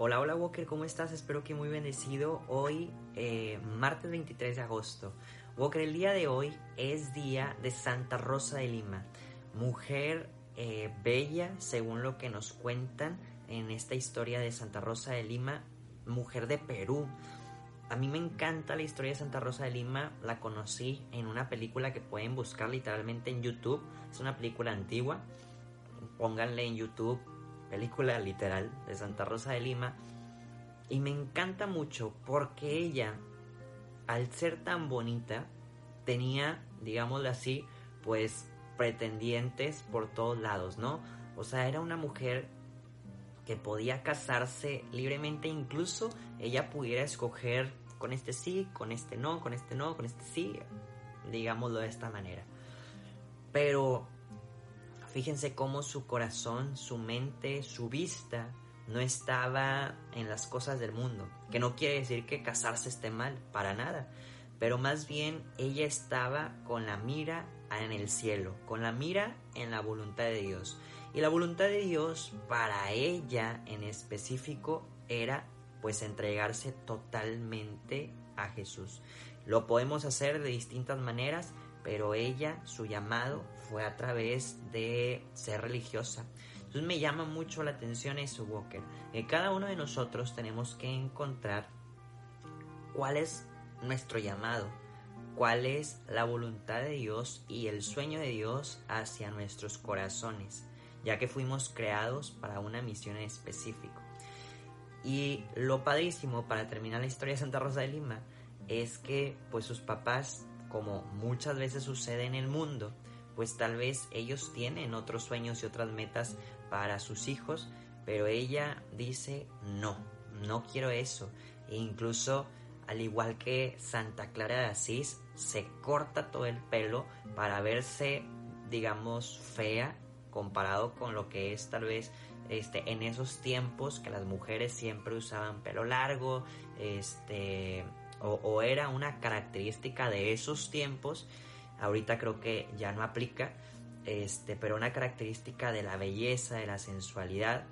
Hola, hola Walker, ¿cómo estás? Espero que muy bendecido. Hoy, martes 23 de agosto. Walker, el día de hoy es día de Santa Rosa de Lima, mujer bella, según lo que nos cuentan en esta historia de Santa Rosa de Lima, mujer de Perú. A mí me encanta la historia de Santa Rosa de Lima, la conocí en una película que pueden buscar literalmente en YouTube, es una película antigua, pónganle en YouTube película literal de Santa Rosa de Lima, y me encanta mucho porque ella, al ser tan bonita, tenía, digámoslo así, pues pretendientes por todos lados, ¿no? O sea, era una mujer que podía casarse libremente, incluso ella pudiera escoger con este sí, con este no, con este no, con este sí, digámoslo de esta manera. Pero fíjense cómo su corazón, su mente, su vista no estaba en las cosas del mundo. Que no quiere decir que casarse esté mal, para nada. Pero más bien ella estaba con la mira en el cielo, con la mira en la voluntad de Dios. Y la voluntad de Dios para ella en específico era pues entregarse totalmente a Jesús. Lo podemos hacer de distintas maneras, pero ella, su llamado fue a través de ser religiosa. Entonces me llama mucho la atención eso, Walker, que cada uno de nosotros tenemos que encontrar cuál es nuestro llamado, cuál es la voluntad de Dios y el sueño de Dios hacia nuestros corazones, ya que fuimos creados para una misión en específico. Y lo padrísimo, para terminar la historia de Santa Rosa de Lima, es que pues sus papás, como muchas veces sucede en el mundo, pues tal vez ellos tienen otros sueños y otras metas para sus hijos, pero ella dice no quiero eso. E incluso, al igual que Santa Clara de Asís, se corta todo el pelo para verse, digamos, fea comparado con lo que es tal vez en esos tiempos que las mujeres siempre usaban pelo largo, o era una característica de esos tiempos. Ahorita creo que ya no aplica, pero una característica de la belleza, de la sensualidad.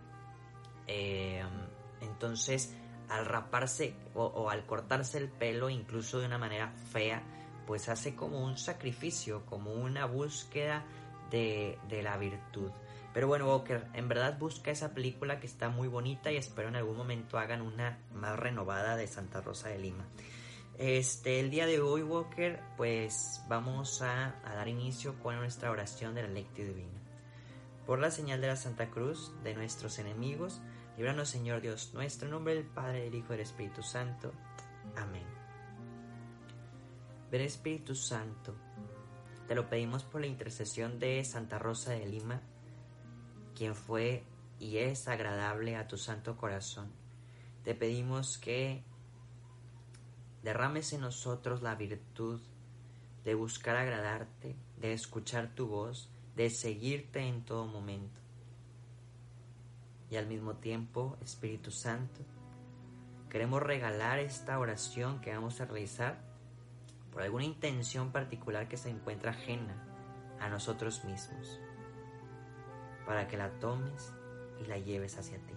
Entonces, al raparse o al cortarse el pelo, incluso de una manera fea, pues hace como un sacrificio, como una búsqueda de la virtud. Pero bueno, Walker, en verdad busca esa película que está muy bonita y espero en algún momento hagan una más renovada de Santa Rosa de Lima. El día de hoy, Walker, pues vamos a dar inicio con nuestra oración de la Lectio Divina. Por la señal de la Santa Cruz de nuestros enemigos, líbranos, Señor Dios nuestro, en nombre del Padre, del Hijo y del Espíritu Santo. Amén. Ven, Espíritu Santo, te lo pedimos por la intercesión de Santa Rosa de Lima, quien fue y es agradable a tu santo corazón. Te pedimos que derrames en nosotros la virtud de buscar agradarte, de escuchar tu voz, de seguirte en todo momento. Y al mismo tiempo, Espíritu Santo, queremos regalar esta oración que vamos a realizar por alguna intención particular que se encuentra ajena a nosotros mismos, para que la tomes y la lleves hacia ti.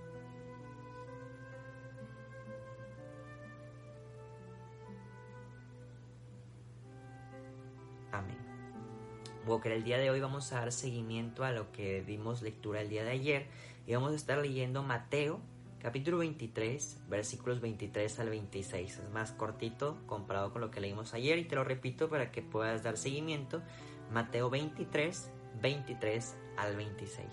Amén. Walker, el día de hoy vamos a dar seguimiento a lo que dimos lectura el día de ayer y vamos a estar leyendo Mateo capítulo 23, versículos 23 al 26. Es más cortito comparado con lo que leímos ayer y te lo repito para que puedas dar seguimiento. Mateo 23, 23 al 26.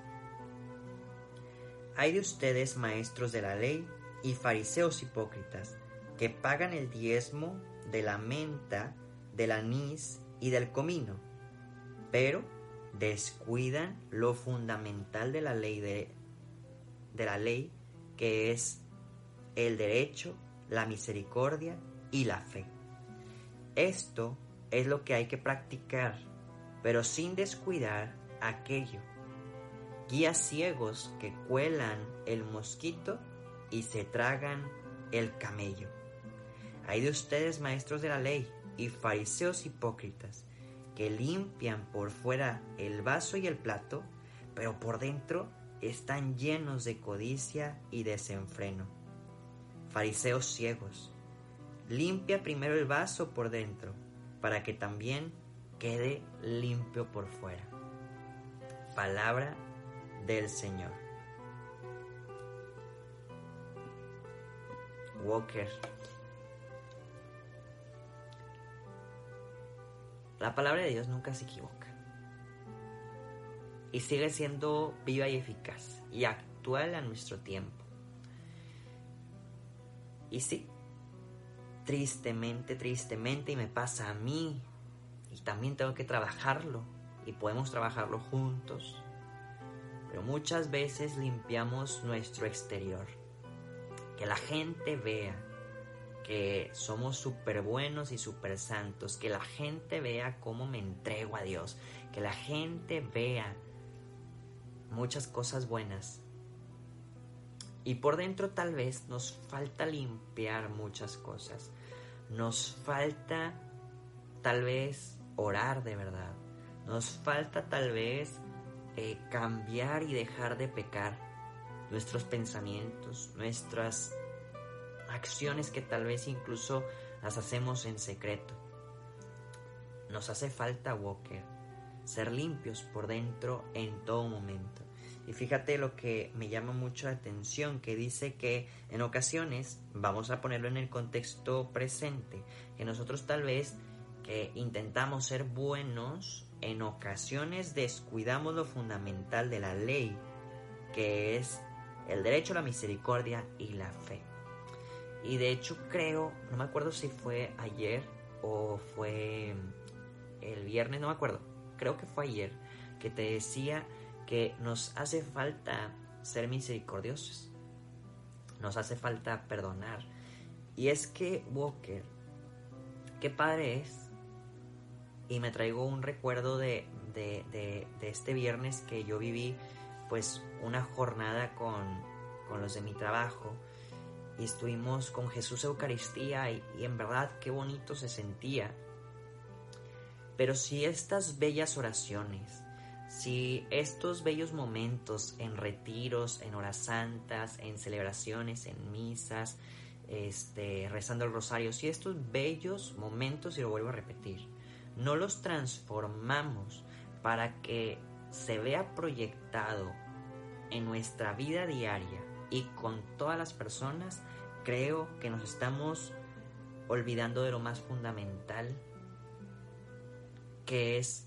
Hay de ustedes, maestros de la ley y fariseos hipócritas, que pagan el diezmo de la menta, del anís y del comino, pero descuidan lo fundamental de la ley, que es el derecho, la misericordia y la fe. Esto es lo que hay que practicar, pero sin descuidar aquello. Guías ciegos que cuelan el mosquito y se tragan el camello. Hay de ustedes, maestros de la ley y fariseos hipócritas, que limpian por fuera el vaso y el plato, pero por dentro están llenos de codicia y desenfreno. Fariseos ciegos, limpia primero el vaso por dentro, para que también quede limpio por fuera. Palabra del Señor. Walker. La palabra de Dios nunca se equivoca. Y sigue siendo viva y eficaz y actual a nuestro tiempo. Y sí, tristemente, y me pasa a mí, y también tengo que trabajarlo, y podemos trabajarlo juntos, pero muchas veces limpiamos nuestro exterior, que la gente vea que somos súper buenos y súper santos, que la gente vea cómo me entrego a Dios, que la gente vea muchas cosas buenas. Y por dentro tal vez nos falta limpiar muchas cosas. Nos falta tal vez orar de verdad. Nos falta tal vez cambiar y dejar de pecar nuestros pensamientos, nuestras acciones que tal vez incluso las hacemos en secreto. Nos hace falta, Walker, ser limpios por dentro en todo momento. Y fíjate lo que me llama mucho la atención, que dice que en ocasiones, vamos a ponerlo en el contexto presente, que nosotros tal vez que intentamos ser buenos, en ocasiones descuidamos lo fundamental de la ley, que es el derecho a la misericordia y la fe. Y de hecho creo, no me acuerdo si fue ayer o fue el viernes, no me acuerdo, creo que fue ayer, que te decía que nos hace falta ser misericordiosos, nos hace falta perdonar. Y es que, Walker, qué padre es, y me traigo un recuerdo de este viernes que yo viví pues una jornada con los de mi trabajo, y estuvimos con Jesús Eucaristía, y en verdad qué bonito se sentía. Pero si estas bellas oraciones, si estos bellos momentos en retiros, en horas santas, en celebraciones, en misas, rezando el rosario, si estos bellos momentos, y lo vuelvo a repetir, no los transformamos para que se vea proyectado en nuestra vida diaria y con todas las personas, creo que nos estamos olvidando de lo más fundamental, que es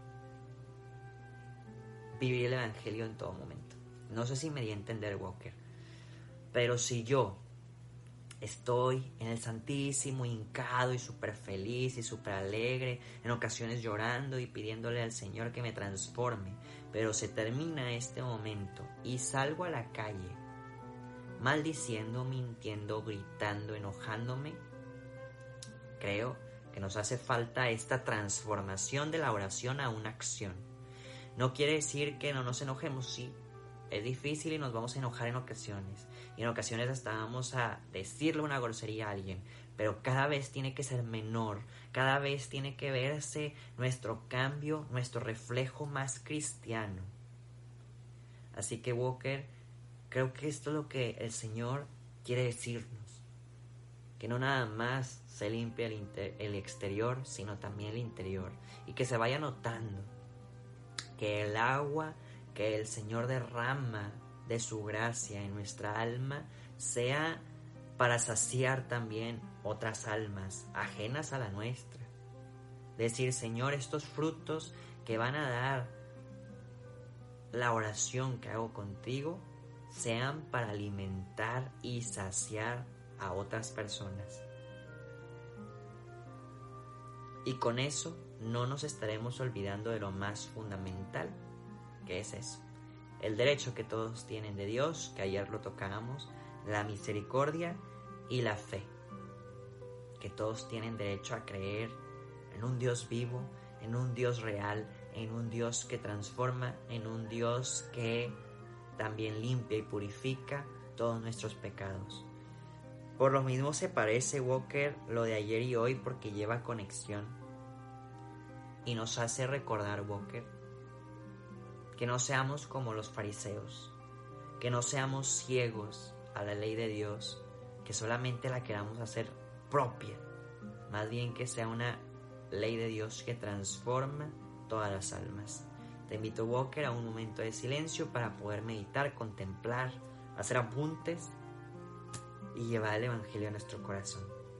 vivir el Evangelio en todo momento. No sé si me di a entender, Walker, pero si yo estoy en el Santísimo, hincado y súper feliz y súper alegre, en ocasiones llorando y pidiéndole al Señor que me transforme, pero se termina este momento y salgo a la calle maldiciendo, mintiendo, gritando, enojándome, creo que nos hace falta esta transformación de la oración a una acción. No quiere decir que no nos enojemos, sí, es difícil y nos vamos a enojar en ocasiones. Y en ocasiones hasta vamos a decirle una grosería a alguien. Pero cada vez tiene que ser menor. Cada vez tiene que verse nuestro cambio, nuestro reflejo más cristiano. Así que, Walker, creo que esto es lo que el Señor quiere decirnos. Que no nada más se limpie el exterior, sino también el interior. Y que se vaya notando que el agua que el Señor derrama de su gracia en nuestra alma sea para saciar también otras almas ajenas a la nuestra. Decir, Señor, estos frutos que van a dar la oración que hago contigo sean para alimentar y saciar a otras personas. Y con eso no nos estaremos olvidando de lo más fundamental, que es eso, el derecho que todos tienen de Dios, que ayer lo tocábamos, la misericordia y la fe, que todos tienen derecho a creer en un Dios vivo, en un Dios real, en un Dios que transforma, en un Dios que también limpia y purifica todos nuestros pecados. Por lo mismo se parece, Walker, lo de ayer y hoy, porque lleva conexión y nos hace recordar, Walker, que no seamos como los fariseos, que no seamos ciegos a la ley de Dios, que solamente la queramos hacer propia, más bien que sea una ley de Dios que transforma todas las almas. Te invito, Walker, a un momento de silencio para poder meditar, contemplar, hacer apuntes y llevar el Evangelio a nuestro corazón.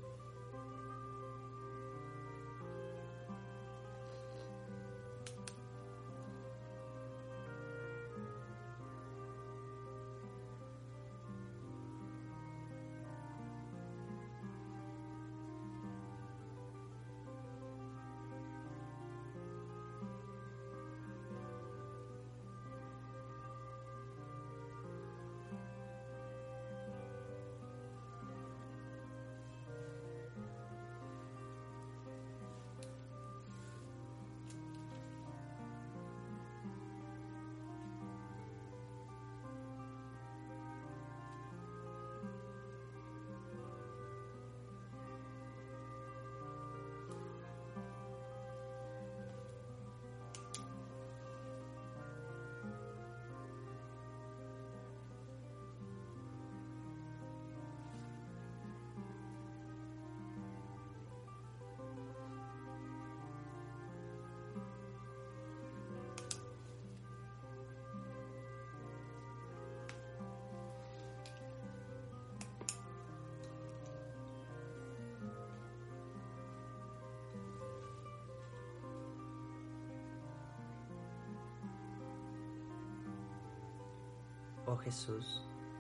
Oh Jesús,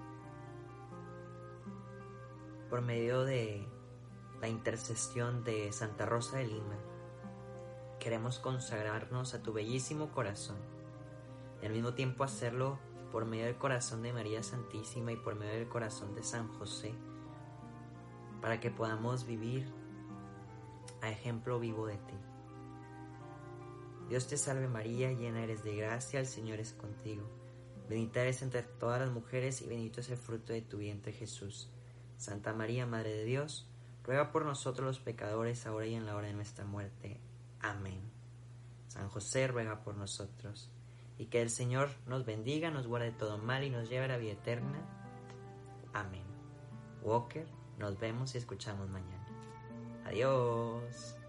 por medio de la intercesión de Santa Rosa de Lima, queremos consagrarnos a tu bellísimo corazón y al mismo tiempo hacerlo por medio del corazón de María Santísima y por medio del corazón de San José, para que podamos vivir a ejemplo vivo de ti. Dios te salve María, llena eres de gracia, el Señor es contigo. Bendita eres entre todas las mujeres y bendito es el fruto de tu vientre Jesús. Santa María, Madre de Dios, ruega por nosotros los pecadores, ahora y en la hora de nuestra muerte. Amén. San José, ruega por nosotros. Y que el Señor nos bendiga, nos guarde de todo mal y nos lleve a la vida eterna. Amén. Walker, nos vemos y escuchamos mañana. Adiós.